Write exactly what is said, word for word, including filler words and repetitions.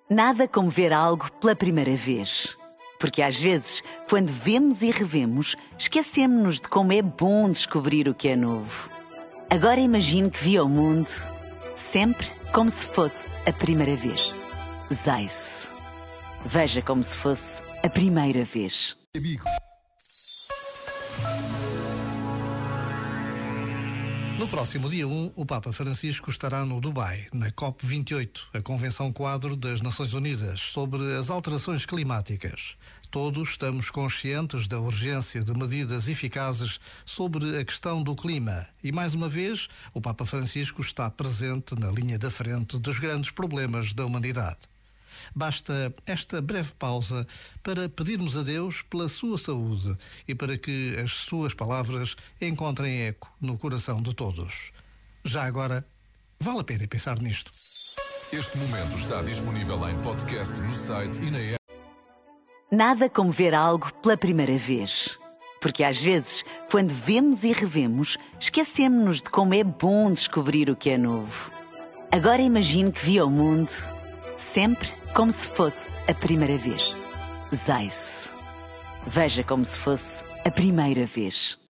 Nada como ver algo pela primeira vez. Porque às vezes, quando vemos e revemos, esquecemos-nos de como é bom descobrir o que é novo. Agora imagine que viu o mundo sempre como se fosse a primeira vez. Zais. Veja como se fosse a primeira vez. Amigo. No próximo dia um, o Papa Francisco estará no Dubai, na COP vinte e oito, a Convenção Quadro das Nações Unidas sobre as alterações climáticas. Todos estamos conscientes da urgência de medidas eficazes sobre a questão do clima e, mais uma vez, o Papa Francisco está presente na linha da frente dos grandes problemas da humanidade. Basta esta breve pausa para pedirmos a Deus pela sua saúde e para que as suas palavras encontrem eco no coração de todos. Já agora, vale a pena pensar nisto. Este momento está disponível em podcast no site e na app. Nada como ver algo pela primeira vez. Porque às vezes, quando vemos e revemos, esquecemos-nos de como é bom descobrir o que é novo. Agora imagine que viu o mundo sempre como se fosse a primeira vez. Zais. Veja como se fosse a primeira vez.